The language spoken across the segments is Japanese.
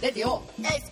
レディオ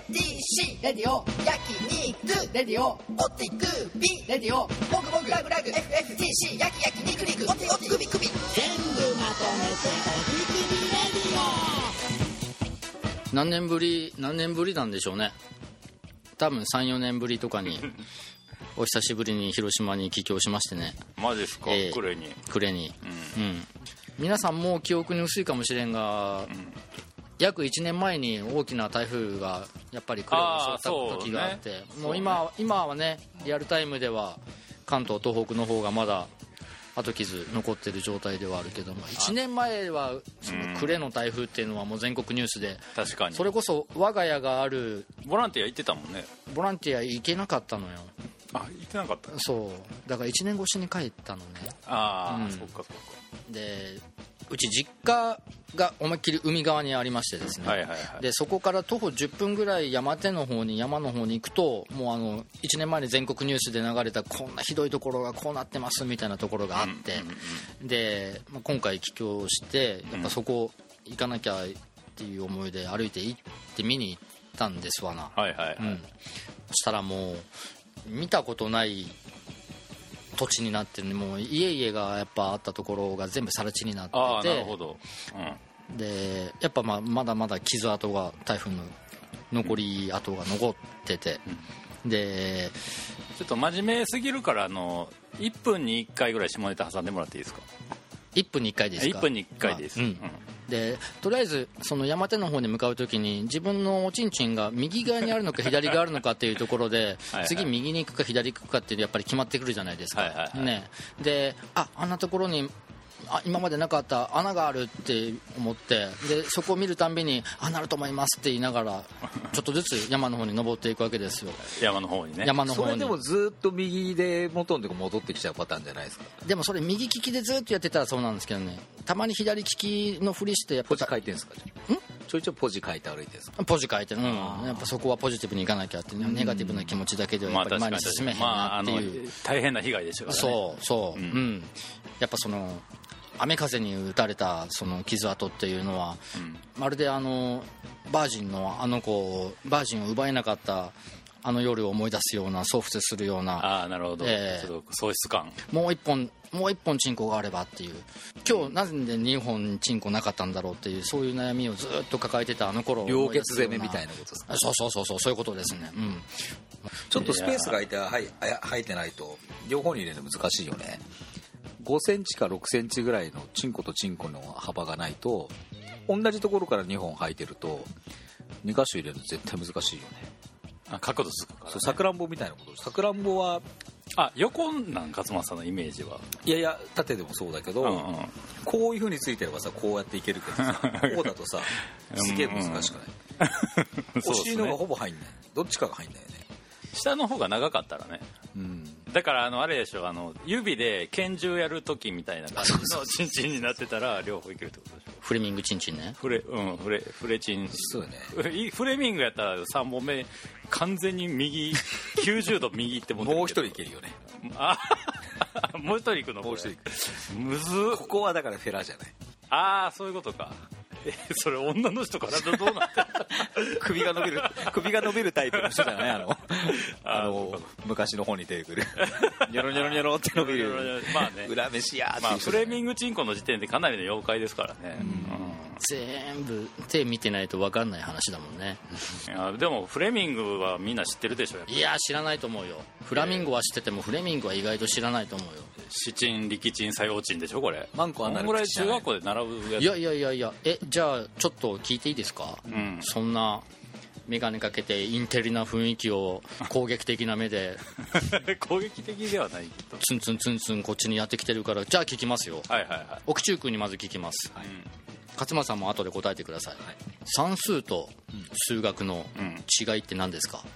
STC レディオ焼肉レディオオティクビレディオモグモグラグラグ FFTC 焼き焼き肉肉オテオテクビクビ全部まとめておティクビレディオ。 何年ぶりなんでしょうね。多分 3,4 年ぶりとかにお久しぶりに広島に帰郷しましてね。 マジですか、暮れに、 皆さんもう記憶に薄いかもしれんが、約1年前に大きな台風がやっぱり呉を襲った時があって、もう今はねリアルタイムでは関東東北の方がまだ後傷残ってる状態ではあるけども、1年前はその呉の台風っていうのはもう全国ニュースで、 確かにそれこそ我が家があるボランティア行ってたもんね。 ボランティア行けなかったのよ。 行ってなかった。 そうだから1年越しに帰ったのね。 そっかでうち実家が思いっきり海側にありましてですね、でそこから徒歩10分ぐらい山の方に行くと、もう1年前に全国ニュースで流れたこんなひどいところがこうなってますみたいなところがあって、で、今回帰郷してやっぱそこ行かなきゃっていう思いで歩いて行って見に行ったんですわな。そしたらもう見たことない土地になってる、もう家がやっぱあったところが全部更地になってて、 なるほど、 でやっぱまだまだ傷跡が、台風の残り跡が残ってて、でちょっと真面目すぎるから1分に1回ぐらい下ネタ挟んでもらっていいですか。 1分に1回ですか。 1分に1回です。 でとりあえずその山手の方に向かうときに自分のおちんちんが右側にあるのか左側あるのかっていうところで次右に行くか左に行くかっていうやっぱり決まってくるじゃないですか、ね。であんなところに今までなかった穴があるって思って、でそこを見るたんびになると思いますって言いながらちょっとずつ山の方に登っていくわけですよ。 山の方にね。 それでもずっと右で元のとこ戻ってきちゃうパターンじゃないですか。 でもそれ右利きでずっとやってたらそうなんですけどね、たまに左利きのふりしてやっぱポジ書いてるんですか。ちょいちょいポジ書いて歩いてるんですか。 ポジ書いてる、やっぱそこはポジティブにいかなきゃって、ネガティブな気持ちだけではやっぱり前に進めへんなっていう、 大変な被害でしょうからね。 そう、やっぱその雨風に打たれたその傷跡っていうのは、まるでバージンのバージンを奪えなかった夜を思い出すような、彷彿するような。 なるほど、ちょっと喪失感。 もう一本チンコがあればっていう、今日なぜ2本チンコなかったんだろうっていう、そういう悩みをずっと抱えてた頃を両血攻めみたいなことですか。 そういうことですね。 ちょっとスペースが空いてないと両方に入れるの難しいよね。5センチか6センチぐらいのチンコとチンコの幅がないと、同じところから2本履いてると2箇所入れるの絶対難しいよね。 角度つくから、ね。 さくらんぼみたいなこと。さくらんぼは横なん勝間さんのイメージは。 いや縦でもそうだけど、こういう風についてればさ、こうやっていけるけどさこうだとさすげえ難しくないお尻のがほぼ入んない、どっちかが入んないよね。 下の方が長かったらね、だからあれでしょ、指で拳銃やる時みたいな感じのチンチンになってたら両方いけるってことでしょ。 フレミングチンチンね。 フレチン。 そうよね。 フレミングやったら3本目完全に右90度右ってもう一人いけるよね。 もう一人行くの。 もう一人行く。 むずっ。 ここはだからフェラじゃない。 そういうことか。それ女の人からどうなってる首が伸びるタイプの人じゃない昔の方に出てくるニョロニョロニョロって伸びる裏飯やーっていうフレミングチンコの時点でかなりの妖怪ですからね。 全部手見てないと分かんない話だもんね。 でもフレミングはみんな知ってるでしょ。 いや知らないと思うよ。フラミンゴは知っててもフレミングは意外と知らないと思うよ。 七鎮力鎮作用鎮でしょこれ。 マンコはこんぐらい中学校で習うやつ。 いやじゃあちょっと聞いていいですか。そんな眼鏡かけてインテリな雰囲気を攻撃的な目で攻撃的ではないけどツンツンツンツンこっちにやってきてるから、じゃあ聞きますよ。奥中君にまず聞きます。勝間さんも後で答えてください。算数と数学の違いって何ですか。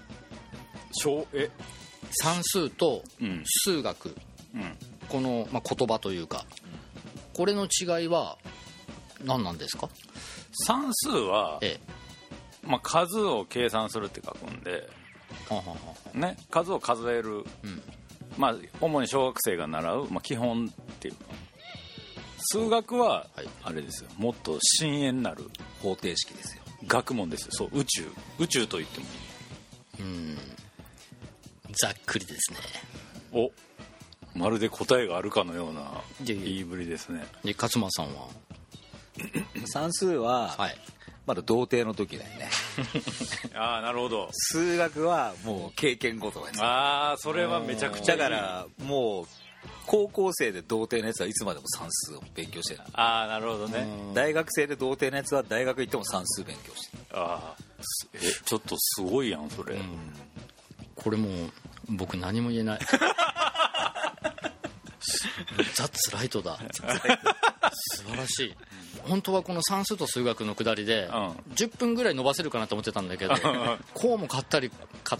算数と数学、この、言葉というか、これの違いは何なんですか。 算数は、数を計算するって書くんで、ね、数を数える、主に小学生が習う、基本っていうか。数学はあれですよ、もっと深淵なる方程式ですよ。 学問ですよ。そう、宇宙と言ってもざっくりですね。 お、まるで答えがあるかのような言いぶりですね。 で勝間さんは算数はまだ童貞の時だよねああ、なるほど。 数学はもう経験ごとです。 ああ、それはめちゃくちゃいい。 だからもう高校生で童貞のやつはいつまでも算数を勉強してる。 ああ、なるほどね。 大学生で童貞のやつは大学行っても算数勉強してる。 ああ、ちょっとすごいやんそれ。 これもう僕何も言えないザッツライトだ素晴らしい。本当はこの算数と数学の下りで10分ぐらい伸ばせるかなと思ってたんだけどこうも買ったりこ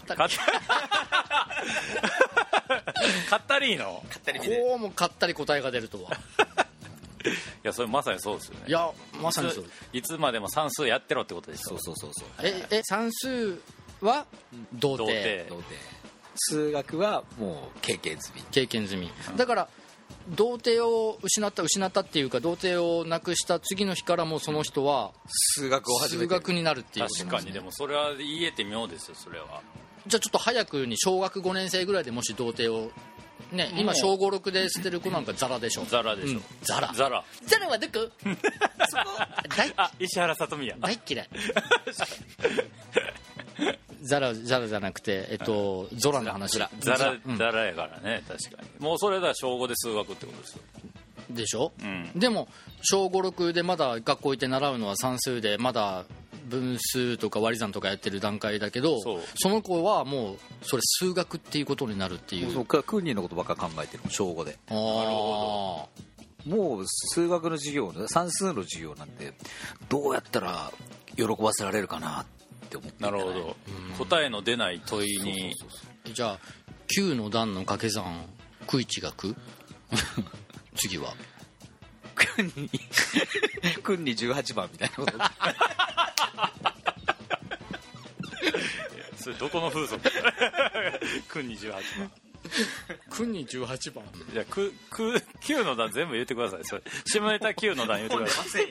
うも買ったり答えが出るとは。 いや、それまさにそうですよね。 いや、まさにそう。 いつまでも算数やってろってことですよ。 そう算数は童貞、 数学はもう経験済み、 だから童貞を失ったっていうか童貞をなくした次の日からもうその人は数学を始めて数学になるっていうことですね。 確かに。でもそれは言えて妙ですよ、それは。 じゃあちょっと早くに小学5年生ぐらいでもし童貞をね、今小5、6で捨てる子なんかザラでしょ。 ザラでしょ。 ザラはどこそこあ、石原さとみや。 大嫌いザラじゃなくてゾラの話。 ザラやからね。確かにもうそれだ、小5で数学ってことですよ。 でしょ、でも小5、6でまだ学校行って習うのは算数でまだ分数とか割り算とかやってる段階だけど、その子はもうそれ数学っていうことになるっていう。 僕はクンニーのことばっか考えてる小5で。 なるほど。もう数学の授業、算数の授業なんてどうやったら喜ばせられるかなって思って。 なるほど。答えの出ない問いに。 じゃあ9の段の掛け算クイチがく次はクンニ18番みたいなことそれどこの風俗クンニ18番クンニ18番。 じゃあ9の段全部言ってください。それ下ネタ9の段言ってください。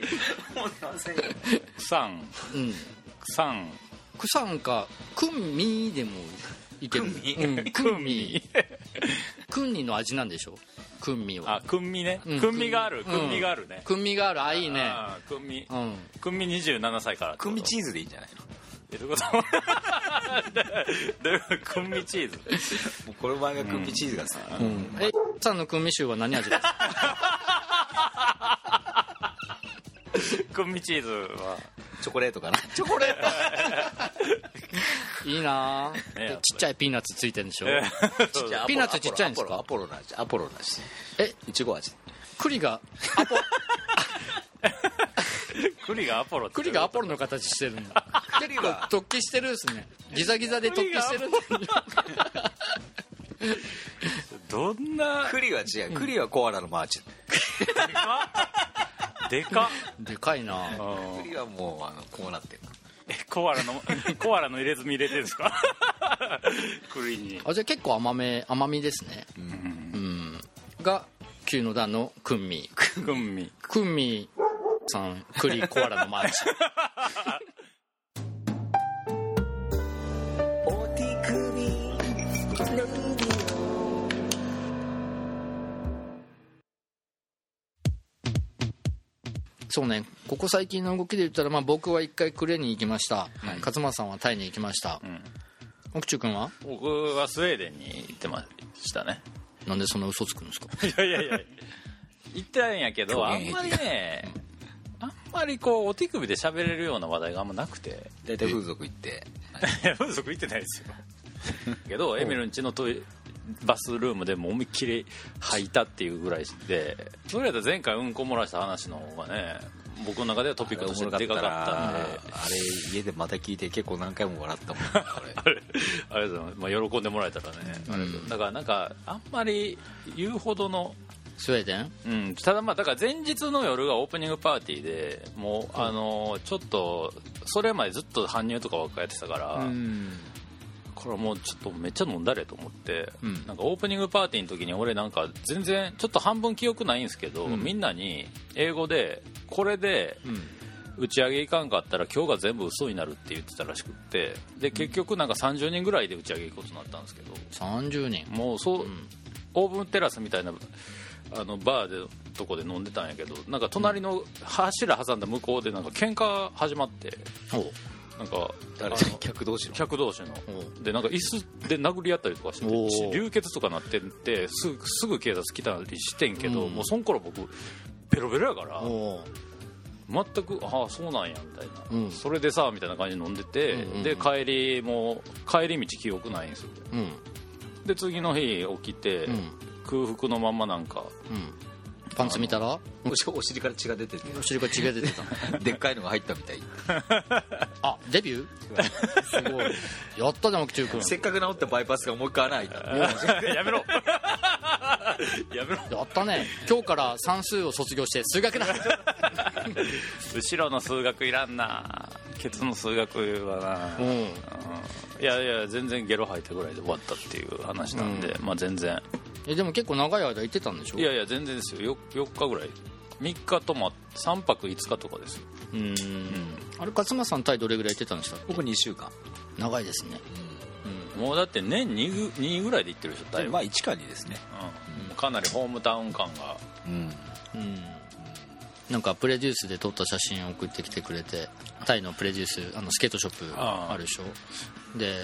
クサンかクンミーでもいける。クンミクンニの味なんでしょ、クンミは。 あ、クンミね。クンミがある。クンミがあるね。 クンミがある。あ、いいね。 クンミ27歳から。 クンミチーズでいいんじゃないの。 どういうことクンミチーズ。 もうこの場合がクンミチーズがさ。 さんのクンミ臭は何味ですか。 クンミチーズはチョコレートかな。 チョコレートいいな、ちっちゃいピーナッツついてるんでしょ。ピーナッツちっちゃいんですか。 アポロの味。いちご味。 栗がアポロ。 栗がアポロの形してるんだ。突起してるんですね。ギザギザで突起してるんだ。 どんな。 栗は違う。栗はコアラのマーチ。 でかいな。 栗はもうこうなってる。 コアラの入れ墨入れてるんですか。栗に。 あ、じゃあ結構甘みですね。が9の段のクンミさん栗コアラのマーチ。そうね、ここ最近の動きで言ったら、僕は一回クレに行きました、勝間さんはタイに行きました、奥中君は。 僕はスウェーデンに行ってましたね。 なんでそんな嘘つくんですか。 いや行ったんやけど、あんまりこうお手首で喋れるような話題があんまなくて。 大体風俗行って。 風俗行ってないですよ。けどエミルんちのバスルームでも思いっきり吐いたっていうぐらいで、それやったら前回うんこ漏らした話の方がね、僕の中ではトピックとしてでかかったんで。 あれ家でまた聞いて結構何回も笑ったもん。 ありがとうございます。喜んでもらえたらね、だからなんかあんまり言うほどのスウェーデン、 ただだから前日の夜がオープニングパーティーで、もうちょっとそれまでずっと搬入とかばっかやってたから、これもうちょっとめっちゃ飲んだれと思って、なんかオープニングパーティーの時に俺なんか全然ちょっと半分記憶ないんですけど、みんなに英語でこれで、 打ち上げ行かんかったら今日が全部嘘になるって言ってたらしくって、で結局なんか30人ぐらいで打ち上げ行くことになったんですけど、 30人もうそう、オーブンテラスみたいなバーでとこで飲んでたんやけど、なんか隣の柱挟んだ向こうでなんか喧嘩始まって、なんか客同士のでなんか椅子で殴り合ったりとかしてて、流血とかなっててすぐ警察来たりしてんけど、もうその頃僕ベロベロやから全くああそうなんやみたいな、それでさみたいな感じで飲んでて、で帰り道記憶ないんですよ、で次の日起きて、空腹のまんまなんか、 パンツ見たらお尻から血が出てて、 お尻から血が出てたでっかいのが入ったみたいあ、デビューすごいやったじゃん、中君。 せっかく治ったバイパスがもう一回穴開いたやめろやめろやったね。今日から算数を卒業して数学だ後ろの数学いらんな、ケツの数学はな、いや全然ゲロ吐いたぐらいで終わったっていう話なんで、まあ全然。 でも結構長い間行ってたんでしょ。 いや全然ですよ。4日ぐらい、3日とも3泊5日とかですよ。 あれ勝間さんタイどれぐらい行ってたんですか。 僕2週間。 長いですね。 もうだって年 2ぐらいで行ってるでしょタイは。 まあ1か2ですね、 かなりホームタウン感が、 なんかプレデュースで撮った写真を送ってきてくれて、タイのプレデューススケートショップあるでしょ。で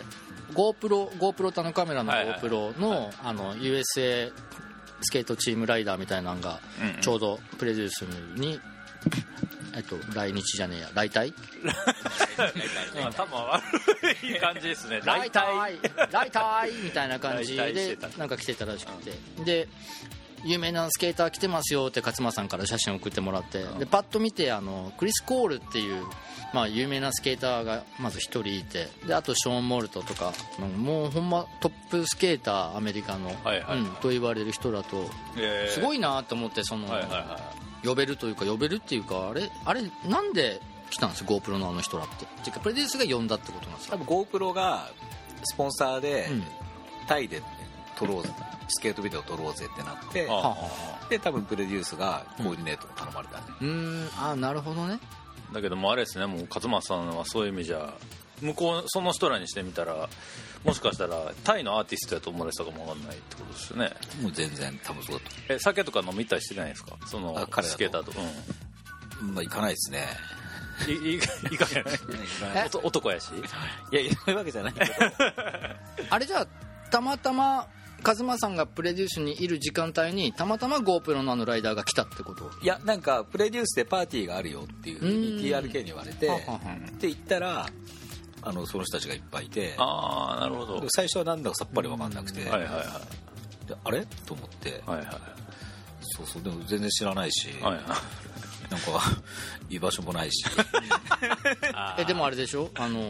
GoPro ってカメラの GoPro のUSA スケートチームライダーみたいなのがちょうどプレデュースに来日じゃねえや来隊多分悪い感じですね。 来隊みたいな感じでなんか来てたらしくて、で有名なスケーター来てますよって勝間さんから写真を送ってもらって、でパッと見てクリス・コールっていう、まあ、有名なスケーターがまず1人いて、であとショーン・モルトとかもうほんまトップスケーターアメリカの、と言われる人だとすごいなと思って、呼べるっていうかあれなんで来たんですよ GoPro の人らってっていうかプレデュースが呼んだってことなんですか。 多分 GoPro がスポンサーで、タイで撮ろうスケートビデオ撮ろうぜってなって、で多分プロデュースがコーディネートを頼まれたんで、 なるほどね。 だけどもあれですね、もう勝間さんはそういう意味じゃ向こうその人らにしてみたらもしかしたらタイのアーティストやと思われてたかもわかんないってことですよね。 もう全然多分そうだと。 酒とか飲みたりしてないですか、そのスケーターと。 まあ行かないですね。 行かない男やし。 いやそういうわけじゃないけどあれじゃあたまたま勝間さんがプレデュースにいる時間帯にたまたま GoPro のライダーが来たってこと。 いやなんかプレデュースでパーティーがあるよっていうふうに TRK に言われてで行ったらその人たちがいっぱいいて、 ああなるほど。 最初はなんだかさっぱり分かんなくて、であれと思って、そうでも全然知らないし、なんか居場所もないしでもあれでしょ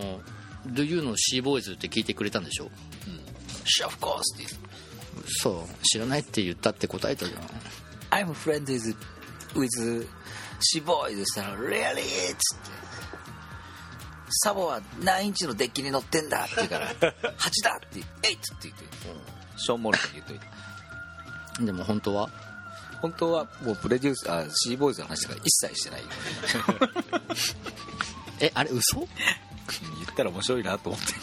Do you know Sea Boys って聞いてくれたんでしょ。 Of course ってそう知らないって言ったって答えたじゃん。 I'm friends with Sea Boys でしたら Really? っつってサボは何インチのデッキに乗ってんだって言うから8だって8って言ってショーン・モルトに言っといて。 でも本当はもうプレデュースシーボーイズの話とか一切してないあれ嘘言ったら面白いなと思って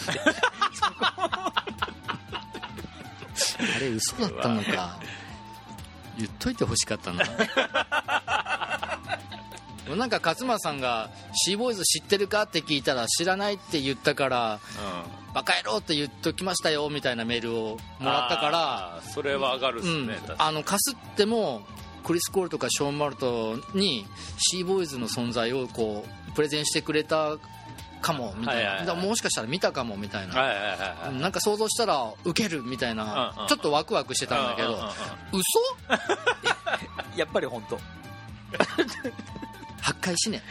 あれ嘘だったのか言っといてほしかったななんか勝間さんがシーボーイズ知ってるかって聞いたら知らないって言ったから、バカ野郎って言っときましたよみたいなメールをもらったから、 それは上がるっすね、 かすってもクリス・コールとかショーン・マルトにシーボーイズの存在をこうプレゼンしてくれたかもみたいな、もしかしたら見たかもみたいな、なんか想像したらウケるみたいな、ちょっとワクワクしてたんだけど、嘘やっぱり本当発回しね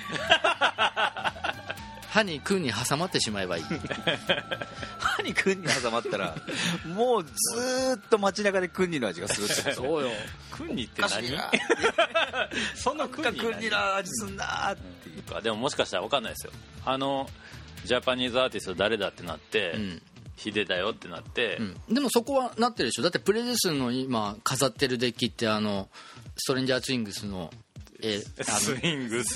歯に君に挟まってしまえばいい歯に君に挟まったらもうずーっと街中で君にの味がするってそうよ。 君にって何その君にの味すんなっていうか。でももしかしたら分かんないですよ。ジャパニーズアーティスト誰だってなって、ヒデだよってなって、 でもそこはなってるでしょ。だってプレデュースの今飾ってるデッキってストレンジャーツイングスのスイングス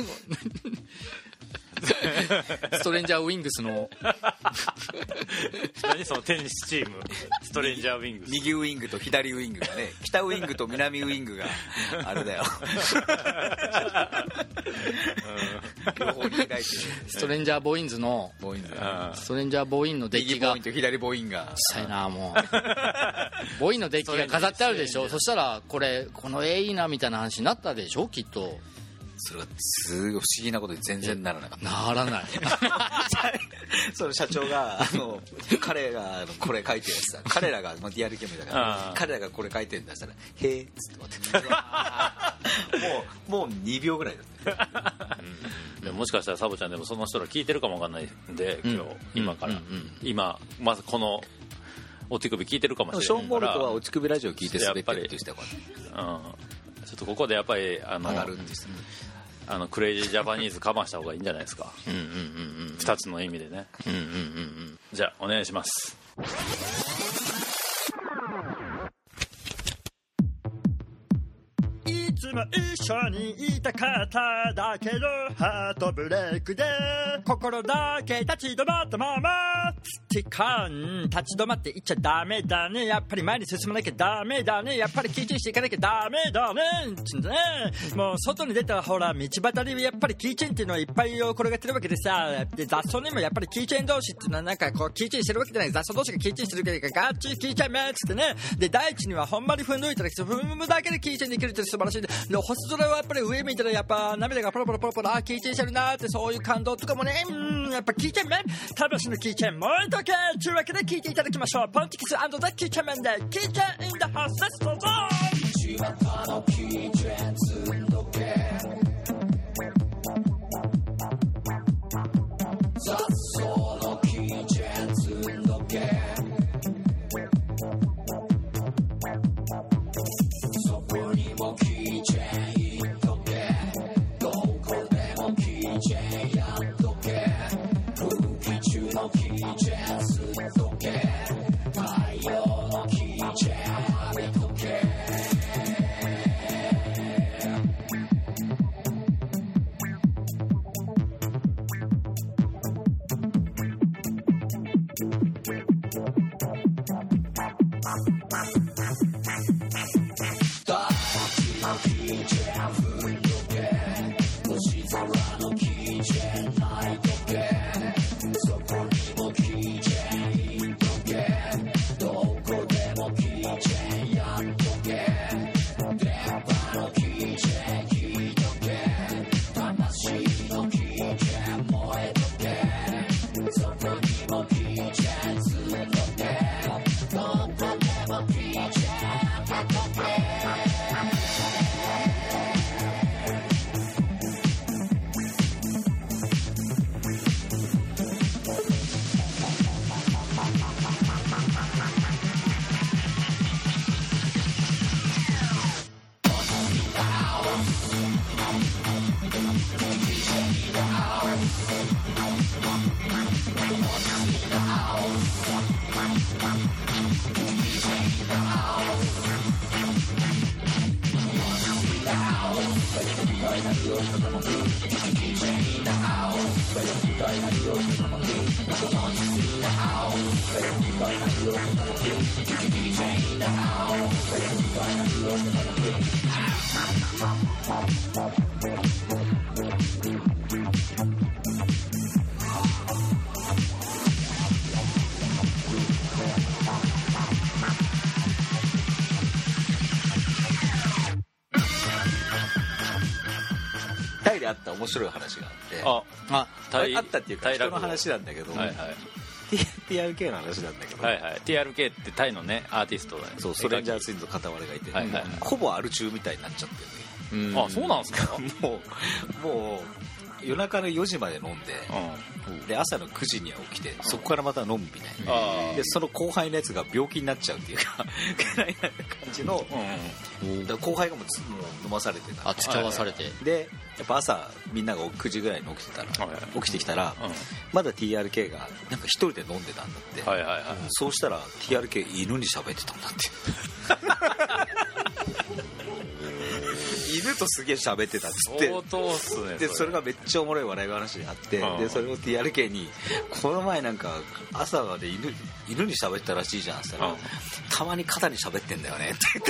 ストレンジャーウィングスの何そのテニスチームストレンジャーウィングス、 右ウィングと左ウィングがね、北ウィングと南ウィングがあれだよ両方に開いてるストレンジャーボーインズのストレンジャーボーインのデッキが右ボーインと左ボーインがうっさいなもうボーインのデッキが飾ってあるでしょ。そしたらこの絵いいなみたいな話になったでしょきっと。 それがすごい不思議なことに全然ならなかった。 ならないその社長が彼がこれ書いてるやつさ、彼らがDRKだから彼らがこれ書いてるんだったらへえっつって待ってもう2秒ぐらいだった、 でももしかしたらサボちゃんでもその人ら聞いてるかもわかんないんで、今から、今まずこのお手首聞いてるかもしれないから、 ショーン・ボルトはお手首ラジオ聞いて滑ってるって人だから、 ちょっとここでやっぱり上がるんですね。 クレイジージャパニーズかました方がいいんじゃないですか。2つの意味でね。じゃあお願いします。 いつも一緒にいたかっただけどハートブレイクで心だけ立ち止まったままってか立ち止まっていっちゃダメだね。やっぱり前に進まなきゃダメだね。やっぱりキーチェンしていかなきゃダメだねってね。もう外に出たらほら道端にやっぱりキーチェンっていうのはいっぱい転がってるわけでさ、で雑草にもやっぱりキーチェン同士っていうのはなんかこうキーチェンしてるわけじゃない。雑草同士がキーチェンしてるわけだからガッチキーチェンめっつってね。で大地にはほんまに踏んどいたら踏むだけでキーチェンできるって素晴らしい。で星空はやっぱり上見たらやっぱ涙がポロポロポロポロキーチェンしてるなーって、そういう感動とかもね、やっぱキーチェンメン魂のキーチェン燃えとけというわけで聞いていただきましょう。ポンチキス&ザ・キーチェンメンでキーチェンインダハウスです。どうぞ。巷のキーチェン積んどけ雑草のキーチェン積んどけそこにもキーチェン入っとけどこでもキーチェンやっとけ空気中のキーチェン吸っとけ太陽のキーチェン浴びとけタイであった面白い話があってあったっていうか人の話なんだけど、はいはい、TRK の話なんだけど、 はいはい、TRK ってタイのねアーティストだね。 そうストレンジャーツインズの片割れがいて、はいはい、ほぼアル中みたいになっちゃってるね。 あ、そうなんですか。 もう夜中の4時まで飲んで、で朝の9時には起きてそこからまた飲むみたいな、でその後輩のやつが病気になっちゃうっていうかぐらいな感じの、後輩がもう飲まされてた、 付き合わされて、 でやっぱ朝みんなが9時ぐらいに起きてきたら、まだ TRK がなんか一人で飲んでたんだって、はいはいはい、そうしたら TRK 犬に喋ってたんだって犬るとすげえ喋ってたっつって相当っすね。 でそれがめっちゃおもろい笑い話があって、でそれを TRK にこの前なんか朝まで犬に喋ったらしいじゃんって言ったら、たまに肩に喋ってんだよねって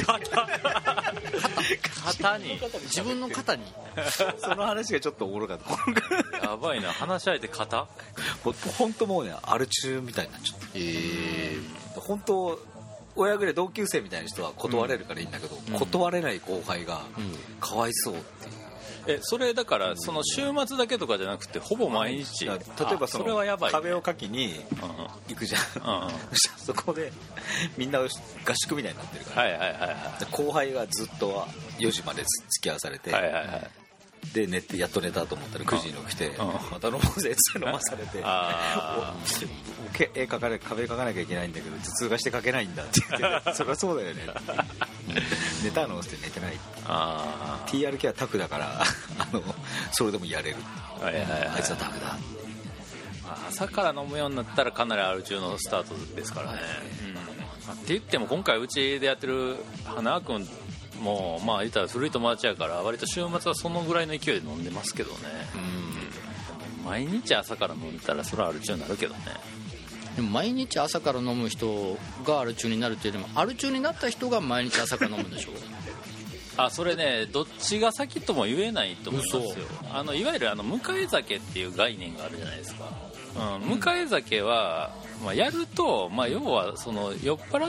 肩に自分の肩にその話がちょっとおもろかったやばいな、話し相手肩本当もうねアル中みたいになっちゃった本当親ぐらい同級生みたいな人は断れるからいいんだけど、断れない後輩がかわいそうっていう、 それだからその週末だけとかじゃなくてほぼ毎日、 例えばその壁をかきに行くじゃん、そこでみんな合宿みたいになってるから、後輩がずっと4時まで付き合わされて、で寝てやっと寝たと思ったら9時に起きて、また飲もうぜって飲まされて絵描かな壁描かなきゃいけないんだけど頭痛がして描けないんだって言ってそりゃそうだよね寝たのって寝てない。TRK はタクだからそれでもやれる、あいつはタクだ。 朝から飲むようになったらかなりアル中のスタートですからね、って言っても今回うちでやってる花君もまあ言ったら古い友達やから割と週末はそのぐらいの勢いで飲んでますけどね、毎日朝から飲んでたらそれはアル中になるけどね。 でも毎日朝から飲む人がアル中になるっていうよりもアル中になった人が毎日朝から飲むんでしょそれねどっちが先とも言えないと思いますよ。いわゆる迎え酒っていう概念があるじゃないですか、迎え酒は、やると、要はその酔っ払って、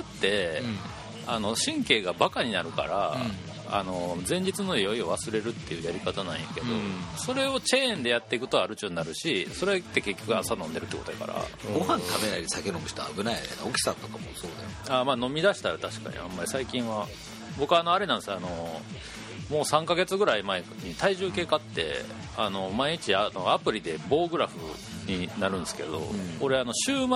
神経がバカになるから、前日の酔いを忘れるっていうやり方なんやけど、それをチェーンでやっていくとアル中になるし、それって結局朝飲んでるってことやから、 ご飯食べないで酒飲む人は危ないよね。沖さんとかもそうだよ。 飲み出したら確かにあんまり最近は僕はあれなんですよ、もう3ヶ月ぐらい前に体重計買って毎日アプリで棒グラフになるんですけど、俺週末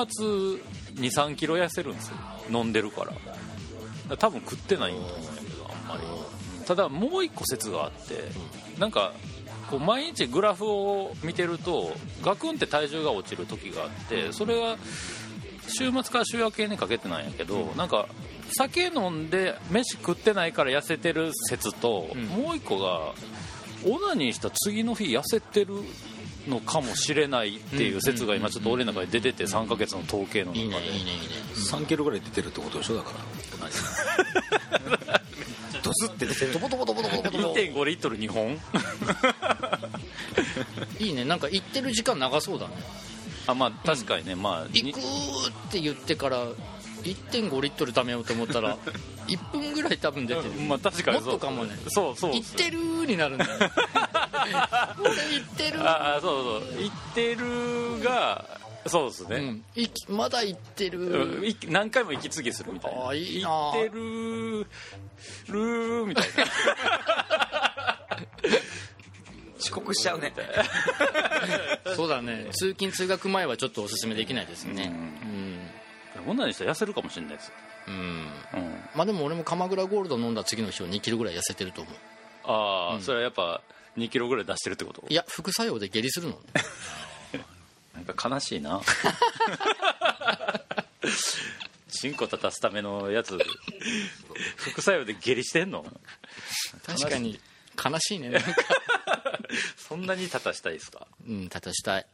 2,3 キロ痩せるんですよ、飲んでるから。多分食ってないんだと思うんだけど、あんまり。ただもう一個説があって、なんかこう毎日グラフを見てるとガクンって体重が落ちる時があって、それは週末から週明けにかけてなんやけど、なんか酒飲んで飯食ってないから痩せてる説と、もう一個がオナニーした次の日痩せてるのかもしれないっていう説が今ちょっと俺の中で出てて、3ヶ月の統計の中で 3キロぐらい出てるってことでしょ。だからドスって出てる、 1.5 リットル2本いいね、なんか行ってる時間長そうだね。 確かにね、 行くって言ってから1.5 リットル貯めようと思ったら1分ぐらい多分出てる、 確かにもっとかもね。 そう行ってるになるんだよ俺行ってる行ってるがそうですね、 まだ行ってる、 何回も息継ぎするみたいな、 いいな行ってるみたいな遅刻しちゃうねそうだね、通勤通学前はちょっとおすすめできないですね。 こんなにしたら痩せるかもしれないです。 でも俺も鎌倉ゴールド飲んだ次の日は2キロぐらい痩せてると思う。 それはやっぱ2キロぐらい出してるってこと？ いや、副作用で下痢するのなんか悲しいなチンコ立たすためのやつ副作用で下痢してんの？ 確かに悲しいね、なんかそんなに立たしたいですか？ 立たしたい。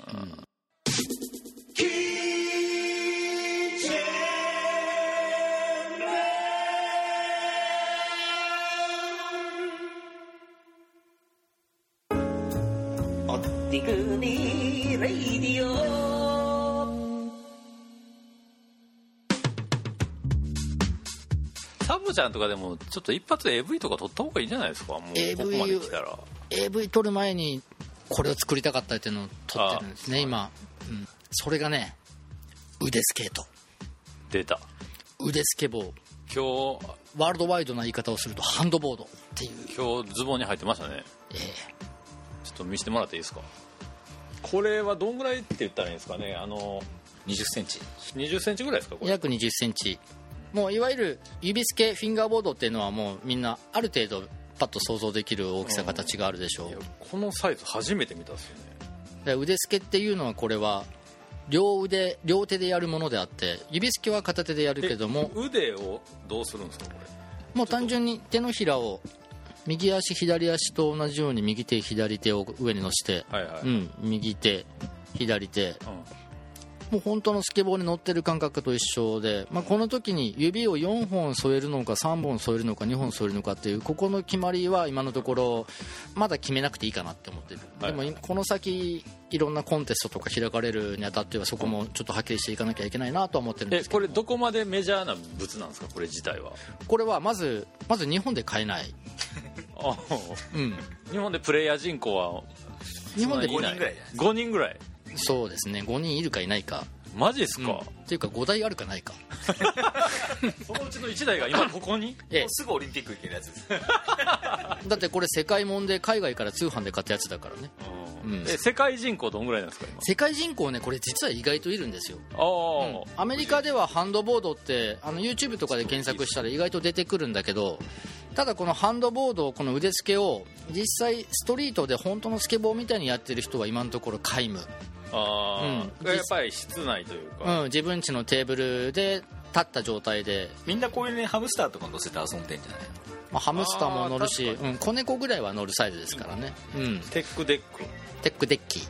サボちゃんとかでもちょっと一発 AV とか撮った方がいいんじゃないですか？もうここまで来たら AV 撮る前にこれを作りたかったっていうのを撮ってるんですね今、それがね、腕スケート。出た腕スケボー。今日ワールドワイドな言い方をするとハンドボードっていう。 今日ズボンに入ってましたね。ちょっと見せてもらっていいですか？これはどんぐらいって言ったらいいんですかね。 20センチ 20センチぐらいですか？これ約20センチ。もういわゆる指スケフィンガーボードっていうのはもうみんなある程度パッと想像できる大きさ形があるでしょう。 このサイズ初めて見たんですよね。 腕スケっていうのはこれは両手でやるものであって、指スケは片手でやるけども、 腕をどうするんですか？これもう単純に手のひらを右足左足と同じように右手左手を上に乗せて、右手左手、もう本当のスケボーに乗ってる感覚と一緒で、この時に指を4本添えるのか3本添えるのか2本添えるのかっていうここの決まりは今のところまだ決めなくていいかなって思ってる、でもこの先いろんなコンテストとか開かれるにあたってはそこもちょっとはっきりしていかなきゃいけないなとは思ってるんですけど。 これどこまでメジャーな物なんですか、これ自体は。 これはまず日本で買えない日本でプレイヤー人口は日本で 5人ぐらい。5人ぐらい。 そうですね、5人いるかいないか。 マジですか、 っていうか5台あるかないかそのうちの1台が今ここにすぐオリンピック行けるやつですだってこれ世界もんで海外から通販で買ったやつだからね。 世界人口どんぐらいなんですか今。 世界人口ね、これ実は意外といるんですよ。アメリカではハンドボードってYouTube とかで検索したら意外と出てくるんだけど、ただこのハンドボード、この腕付けを実際ストリートで本当のスケボーみたいにやってる人は今のところ皆無。 やっぱり室内というか、 自分家のテーブルで立った状態で。 みんなこういうね、ハムスターとか乗せて遊んでんじゃないの。 ハムスターも乗るし、子猫ぐらいは乗るサイズですからね。 テックデッキ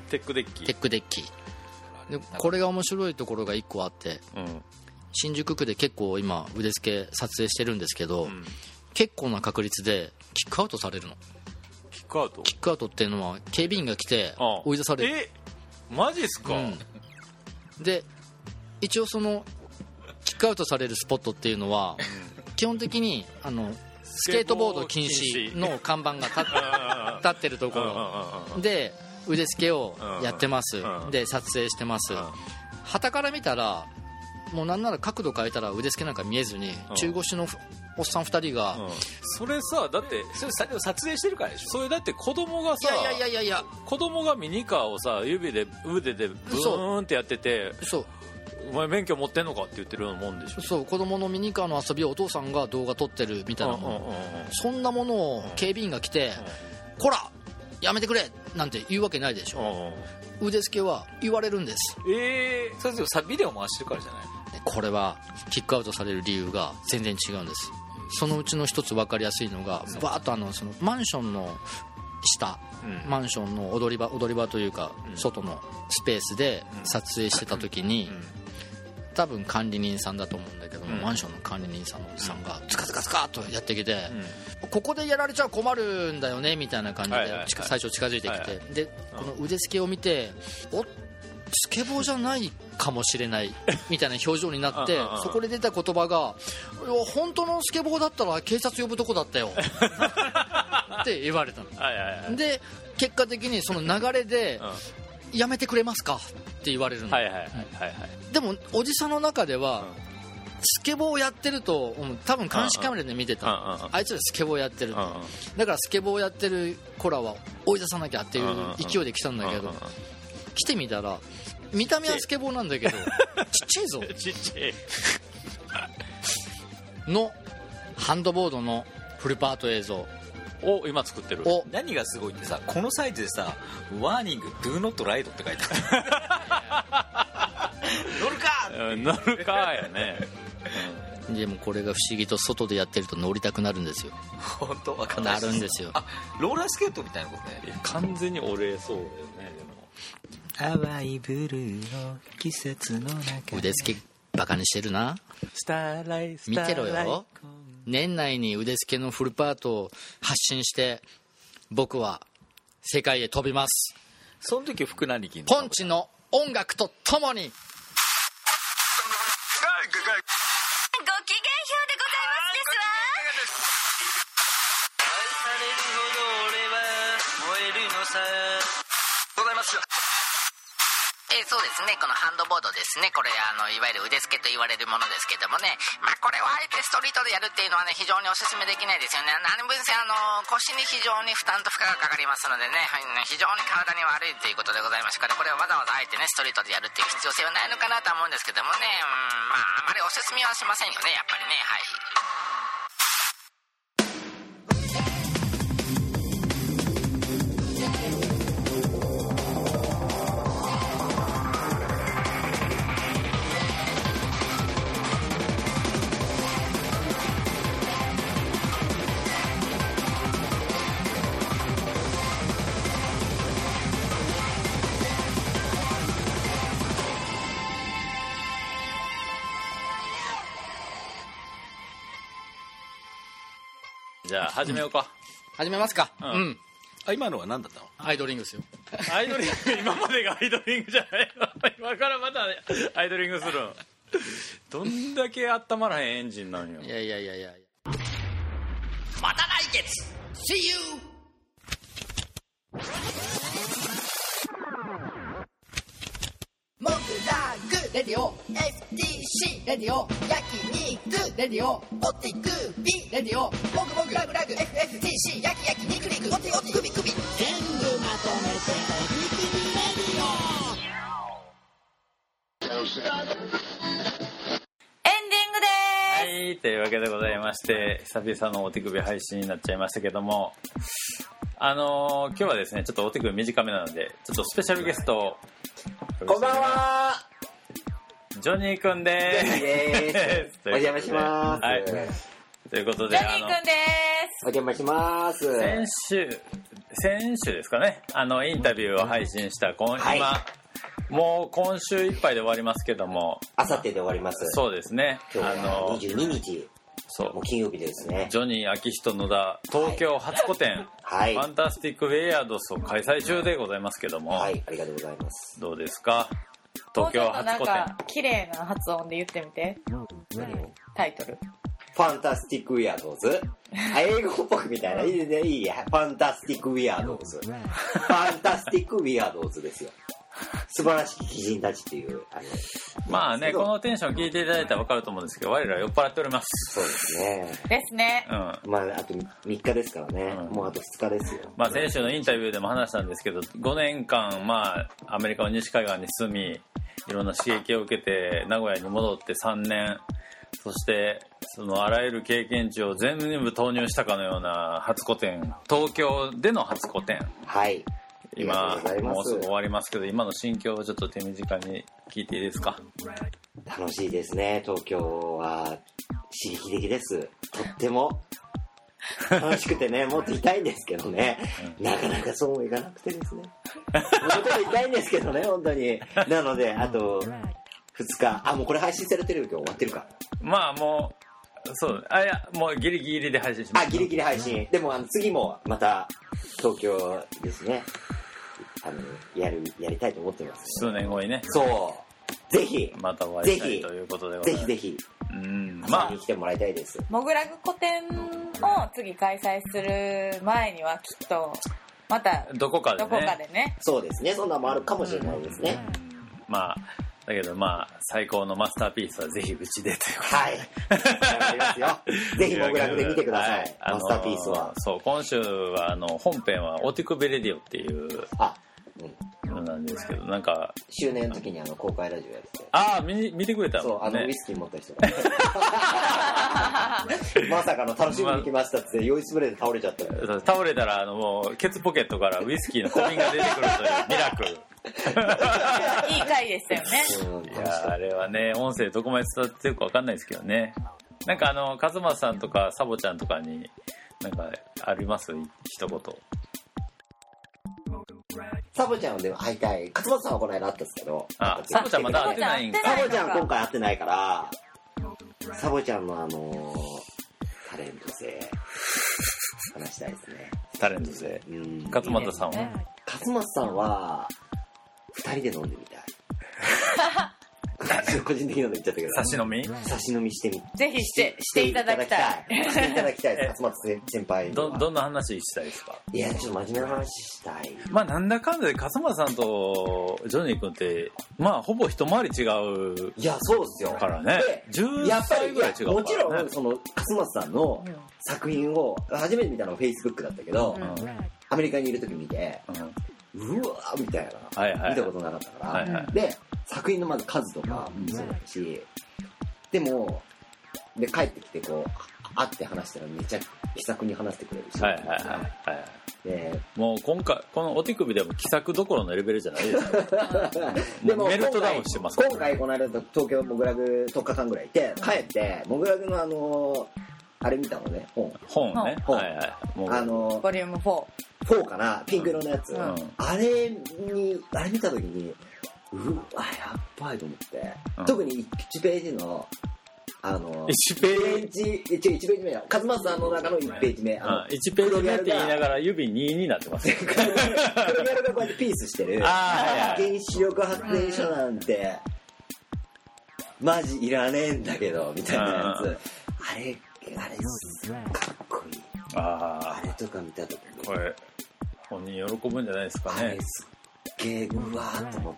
でこれが面白いところが1個あって、新宿区で結構今腕付け撮影してるんですけど、結構な確率でキックアウトされるの。 キックアウトっていうのは警備員が来て追い出される。 マジっすか、 で一応そのキックアウトされるスポットっていうのは基本的にスケートボード禁止の看板が立ってるところで腕付けをやってます、で撮影してます。旗から見たらもうなんなら角度変えたら腕付けなんか見えずに中腰のおっさん2人が、 それさ、だってそれ撮影してるからでしょ。 それだって子供がさ、 いや子供がミニカーをさ指で腕でブーンってやってて、お前免許持ってんのかって言ってるようなもんでしょ。 そう、子供のミニカーの遊びをお父さんが動画撮ってるみたいなもん、そんなものを警備員が来て、こらやめてくれなんて言うわけないでしょ。腕付けは言われるんです。 それでもビデオ回してるからじゃない。 これはキックアウトされる理由が全然違うんです。そのうちの一つ分かりやすいのが、バーッとそのマンションの下、マンションの踊り場というか、外のスペースで撮影してた時に、多分管理人さんだと思うんだけども、マンションの管理人さんのおじさんがズカズカズカっとやってきて、ここでやられちゃ困るんだよねみたいな感じで最初近づいてきて、でこの腕付けを見て、スケボーじゃないかもしれないみたいな表情になってそこで出た言葉が、本当のスケボーだったら警察呼ぶとこだったよって言われたの。で結果的にその流れで、やめてくれますかって言われるの。でもおじさんの中では、スケボーやってると多分監視カメラで見てた、あいつらスケボーやってる、だからスケボーやってる子らは追い出さなきゃっていう勢いで来たんだけど、来てみたら見た目はスケボーなんだけどちっちゃいぞちっちゃいのハンドボードのフルパート映像を今作ってる。 何がすごいってさ、このサイズでさ、ワーニング Do not ride って書いてある乗るかやね。 でもこれが不思議と外でやってると乗りたくなるんですよ。 本当わかんない。 なるんですよ。 ローラースケートみたいなことね。 完全に折れそうだよね。 淡いブルーの季節の中。 腕付けバカにしてるな。見てろよ。年内に腕付けのフルパートを発信して僕は世界へ飛びます。 その時福何金ポンチの音楽とともに。ごきげんようでございますよ。そうですね、このハンドボードですね、これいわゆる腕付けと言われるものですけどもね、これをあえてストリートでやるっていうのはね、非常にお勧めできないですよね。何分せ腰に非常に負担と負荷がかかりますのでね、非常に体に悪いということでございますから、これをわざわざあえてねストリートでやるっていう必要性はないのかなと思うんですけどもね、あまりお勧めはしませんよね、やっぱりね。はい。 じゃあ始めようか。 始めますか。 うんうん。 今のは何だったの？ アイドリングですよ。 アイドリング、今までがアイドリングじゃないの？今からまたアイドリングするん？どんだけ温まらへんエンジンなんよ。 いやいやいやいや。 また来月 See you モグラグレディオ FTC レディオ焼肉レディオオティクビレディオモグモグラグラグ FFTC 焼き焼き肉肉オテオテクビクビ全部まとめてオティクビレディオはい、というわけでございまして、久々のお手首配信になっちゃいましたけども、今日はですね、ちょっとお手首短めなので、ちょっとスペシャルゲストをこんばんは。 ジョニーくんでーす。お邪魔します。 はい。ということで、 ジョニーくんです。 お邪魔します。 先週ですかね、インタビューを配信した今、もう今週いっぱいで終わりますけども、 あさってで終わります。 そうですね。 今日は22日。 そう。 もう金曜日ですね。 ジョニー秋人野田東京初個展、 はい、 ファンタスティックウェアードスを開催中でございますけども、 はい、ありがとうございます。 どうですか？東京初個展。 綺麗な発音で言ってみて。タイトル。 ファンタスティックウィアードーズ。英語っぽくみたいな。いいね、いいや。ファンタスティックウィアードーズ。ファンタスティックウィアードーズですよ。素晴らしき奇人たちっていう。 まあね、このテンション聞いていただいたら分かると思うんですけど、我ら酔っ払っております。 そうですね。 ですね。 うん。 まあ、あと3日ですからね。もうあと2日ですよ。 まあ、先週のインタビューでも話したんですけど、5年間、まあ、アメリカの西海岸に住み、いろんな刺激を受けて、名古屋に戻って3年、そして、そのあらゆる経験値を全部投入したかのような初個展、東京での初個展。 はい。 今もうすぐ終わりますけど、今の心境をちょっと手短に聞いていいですか？ 楽しいですね。東京は刺激的です。とっても楽しくてね、もっといたいんですけどね、なかなかそうもいかなくてですね、もうちょっといたいんですけどね、本当に。なのであと2日、もうこれ配信されてるよ、今日終わってるか。まあもうそう、いやもうギリギリで配信します。 ギリギリ配信。でも次もまた東京ですね、やりたいと思ってます、 数年後にね。 そうぜひまたお会いしたいということでございます。 ぜひぜひまあに来てもらいたいです。 モグラグ個展を次開催する前にはきっとまたどこかでね。 そうですね、そんなのもあるかもしれないですね。 まあだけど最高のマスターピースはぜひうちでということで。 はい頑張りますよ。ぜひモグラグで見てください、マスターピースは。 そう、今週は本編はオティクベレディオっていうのなんですけど、なんか周年の時に公開ラジオやってて、見てくれたの？ そう、ウイスキー持った人がまさかの楽しみに来ましたって酔いつぶれて倒れちゃった。 倒れたらもうケツポケットからウイスキーの小瓶が出てくるというミラクル。 いい回でしたよね。 いやあれはね、音声どこまで伝わってるか分かんないですけどね。なんか勝松さんとかサボちゃんとかになんかあります？一言。 サボちゃんでも会いたい。勝松さんはこの間会ったんですけど。 サボちゃんまだ会ってないんか。 サボちゃん今回会ってないから、サボちゃんのタレント性話したいですね。 タレント性。勝俣さんは？ 勝松さんは2人で飲んでみたい。個人的なの言っちゃったけど。 差し飲みしてみ。 ぜひしていただきたい。 していただきたいです。勝松先輩。 どんな話したいですか？ いや、ちょっと真面目な話したい。 まあなんだかんだで勝俣さんとジョニー君ってほぼ一回り違う。 いや、そうですよ。 からね。10歳ぐらい違うからね。 もちろん勝俣さんの作品を初めて見たのは Facebook だったけど、アメリカにいる時見て、うわーみたいな、見たことなかったから、で作品のまず数とかもそうだし、でも帰ってきて会って話したらめちゃ気さくに話してくれるし、でもう今回このお手首でも気さくどころのレベルじゃないですか。でもメルトダウンしてます。 今回この間東京モグラグ10日間ぐらいいて、帰ってモグラグのあれ見たのね、 本ね。 ボリューム4 かな、ピンク色のやつ。あれ見た時に、うわ、やっばいと思って。特に1ページの 1ページ目だ。勝松さんの中の1ページ目。 1ページ目って言いながら指2になってます。 黒ギャルがこうやってピースしてる。原子力発電所なんてマジいらねえんだけどみたいなやつ。あれかっこいい。あれとか見た時にこれ本人喜ぶんじゃないですかね。 あれすっげえうわーと思った。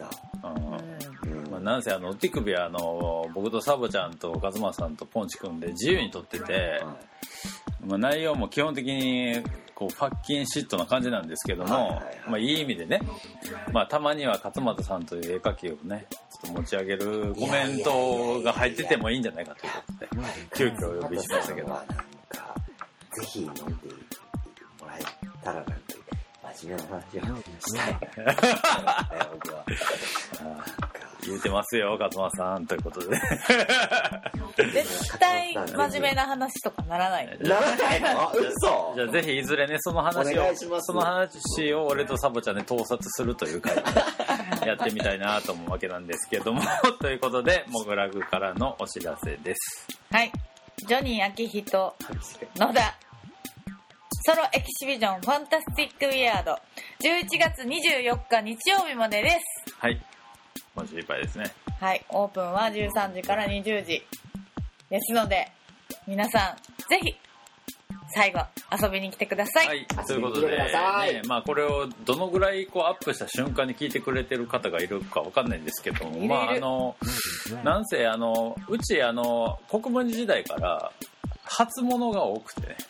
なんせ手首は僕とサボちゃんとカズマさんとポンチ君で自由に撮ってて、内容も基本的にこうファッキンシットな感じなんですけども、いい意味でね、たまには勝俣さんという絵描きをねちょっと持ち上げるコメントが入っててもいいんじゃないかということで急遽お呼びしましたけど、 なんかぜひ飲んでもらえたらなんて真面目な話をしたい僕は言うてますよ勝間さんということで絶対真面目な話とかならないならないの？嘘。 じゃあぜひいずれねその話を俺とサボちゃんで盗撮するという回やってみたいなと思うわけなんですけどもということでモグラグからのお知らせです。 はい、ジョニー秋人野田ソロエキシビジョンファンタスティックウィアード11月24日日曜日までです。 はい、今週いっぱいですね。 はい、オープンは13時から20時ですので皆さんぜひ最後遊びに来てください。 はい、ということで、ね、これをどのぐらいアップした瞬間に聞いてくれてる方がいるかわかんないんですけども、なんせうち国分寺時代から初物が多くてね。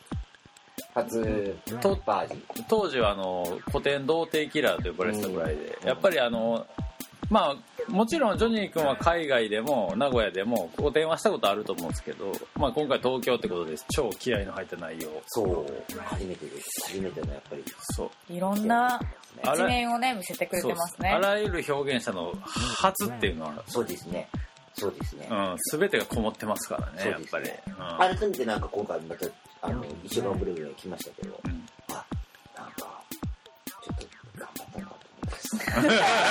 当時は古典童貞キラーと呼ばれてたぐらいで、やっぱりもちろんジョニー君は海外でも名古屋でも古典はしたことあると思うんですけど、今回東京ってことで超気合いの入った内容。 そう初めてのやっぱりそういろんな一面をね見せてくれてますね。 あらゆる表現者の初っていうのはそうですね、 全てがこもってますからね、やっぱり。 改めてなんか今回また一緒のブレグが来ましたけど、なんかちょっと頑張ったなと思い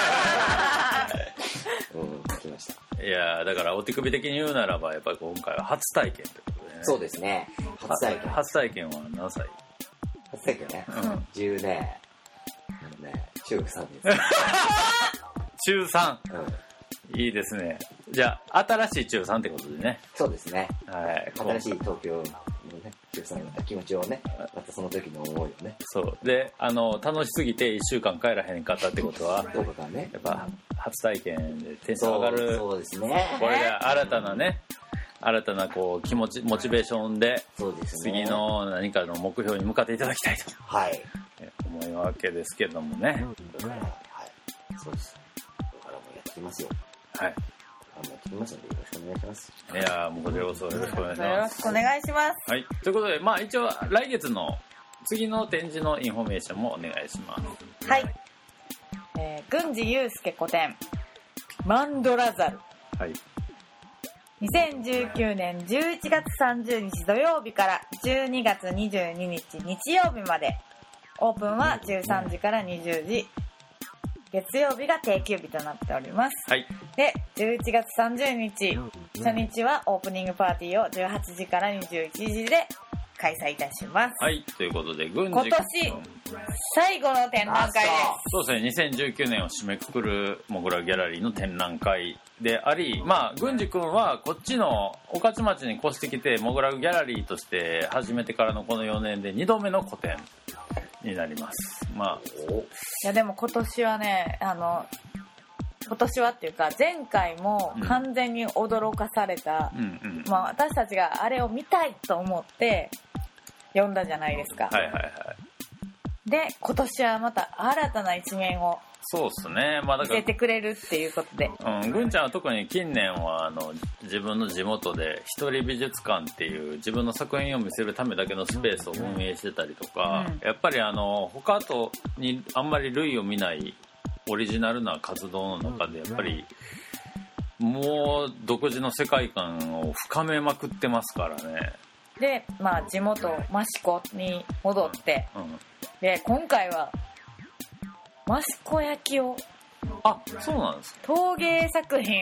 ました。来ました。 いやだからお手首的に言うならばやっぱり今回は初体験ということでね。 そうですね。 初体験は何歳？ 初体験ね。10ね中3です。 中3。いいですね。じゃあ新しい中3ってことでね。 そうですね。 はい。 新しい東京のね中3の気持ちをね、またその時の思いをね。 そうで楽しすぎて1週間帰らへんかったってことは 10日間ね。 やっぱ初体験でテンション上がる。 そうですね。 これで新たなこうモチベーションで、次の何かの目標に向かっていただきたいと、思うわけですけどもね。 そうです。これからもやってきますよ。 はい。 やってきますのでよろしくお願いします。 いやもうこちらこそよろしくお願いします。 よろしくお願いします。 はい。ということで一応来月の次の展示のインフォメーションもお願いします。 はい。郡司祐介個展マンドラザル。 はい。 2019年11月30日土曜日から12月22日日曜日まで。オープンは13時から20時。月曜日が定休日となっております。 はい。 で、11月30日、初日はオープニングパーティーを18時から21時で開催いたします。 はい。ということで、 今年最後の展覧会です。 そうですね。2019年を締めくくるモグラギャラリーの展覧会であり、郡司君はこっちの御徒町に越してきてモグラギャラリーとして始めてからのこの4年で2度目の個展になります。 いやでも今年はね、今年はっていうか前回も完全に驚かされた、私たちがあれを見たいと思って読んだじゃないですか。で今年はまた新たな一面をそうですね。 見せてくれるっていうことで、 ぐんちゃんは特に近年は自分の地元で一人美術館っていう自分の作品を見せるためだけのスペースを運営してたりとか、やっぱり他とにあんまり類を見ないオリジナルな活動の中でやっぱりもう独自の世界観を深めまくってますからね。 で地元益子に戻って、で今回は益子焼をそうなんですか。 陶芸作品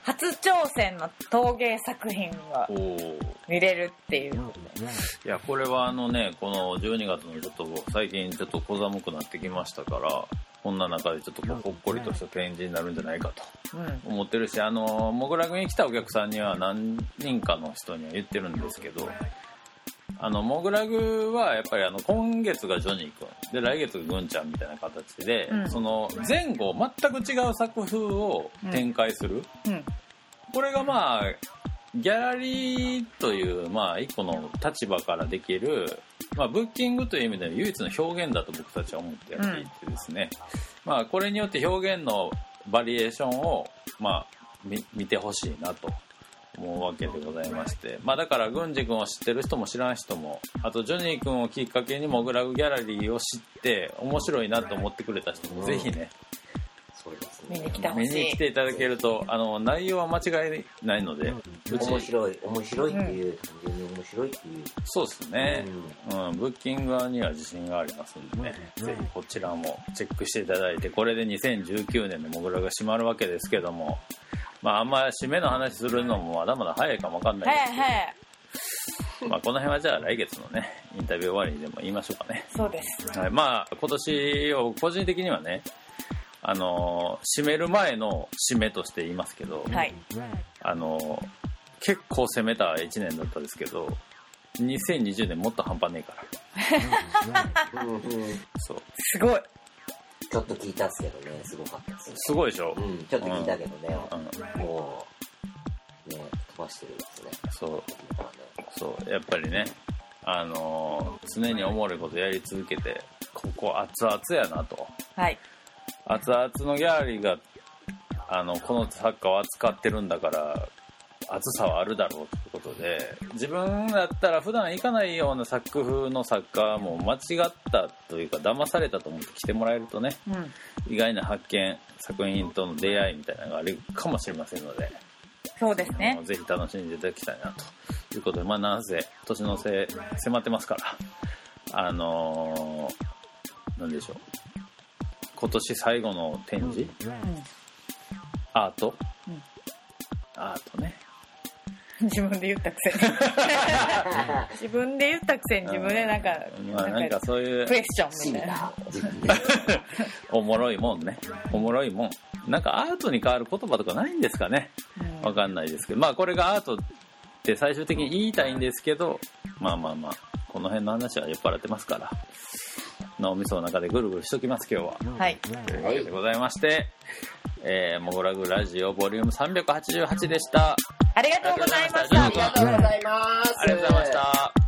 初挑戦の陶芸作品が見れるっていう。 いやこれはこの12月のちょっと最近ちょっと小寒くなってきましたから、こんな中でちょっとほっこりとした展示になるんじゃないかと思ってるし、モグラグに来たお客さんには何人かの人には言ってるんですけど、モグラグはやっぱり今月がジョニー君で来月がグンちゃんみたいな形で、その前後全く違う作風を展開する、これがまあギャラリーという一個の立場からできる、ブッキングという意味での唯一の表現だと僕たちは思ってやっていてですね、これによって表現のバリエーションを見てほしいなと思うわけでございまして、だから郡司君を知ってる人も知らん人も、あとジョニー君をきっかけにモグラグギャラリーを知って面白いなと思ってくれた人もぜひね、 そうですね、見に来ていただけると内容は間違いないので、 面白いっていう、単純に面白いっていう。 そうですね、ブッキングには自信がありますんでね、ぜひこちらもチェックしていただいて、これで2019年のモグラが閉まるわけですけども、あんま締めの話するのもまだまだ早いかもわかんないですけど、この辺はじゃあ来月のねインタビュー終わりにでも言いましょうかね。 そうです、 はい、今年を個人的にはね締める前の締めとして言いますけど、結構攻めた1年だったんですけど、2020年もっと半端ねえからそうすごい、 ちょっと聞いたっすけどね、すごかったですね。 すごいでしょ、 ちょっと聞いたけどね、もうね飛ばしてるんですね。 そうやっぱりね常におもろいことやり続けて、ここ熱々やなと、熱々のギャラリーがこの作家を扱ってるんだから熱さはあるだろうということで、自分だったら普段行かないような作風の作家も間違ったというか騙されたと思って来てもらえるとね、意外な発見、作品との出会いみたいなのがあるかもしれませんので、 そうですね、 ぜひ楽しんでいただきたいなということで、なんせ年の瀬迫ってますからなんでしょう、今年最後の展示、アートね、 自分で言ったくせに自分で言ったくせに自分でなんかそういうクエスチョンみたいなおもろいもんね、おもろいもん、なんかアートに変わる言葉とかないんですかね、わかんないですけど、これがアートって最終的に言いたいんですけど、この辺の話は酔っ払ってますから脳みその中でぐるぐるしときます。今日はというわけでございまして、モグラグラジオボリューム388でした。 ありがとうございました。 ありがとうございます。 ありがとうございました。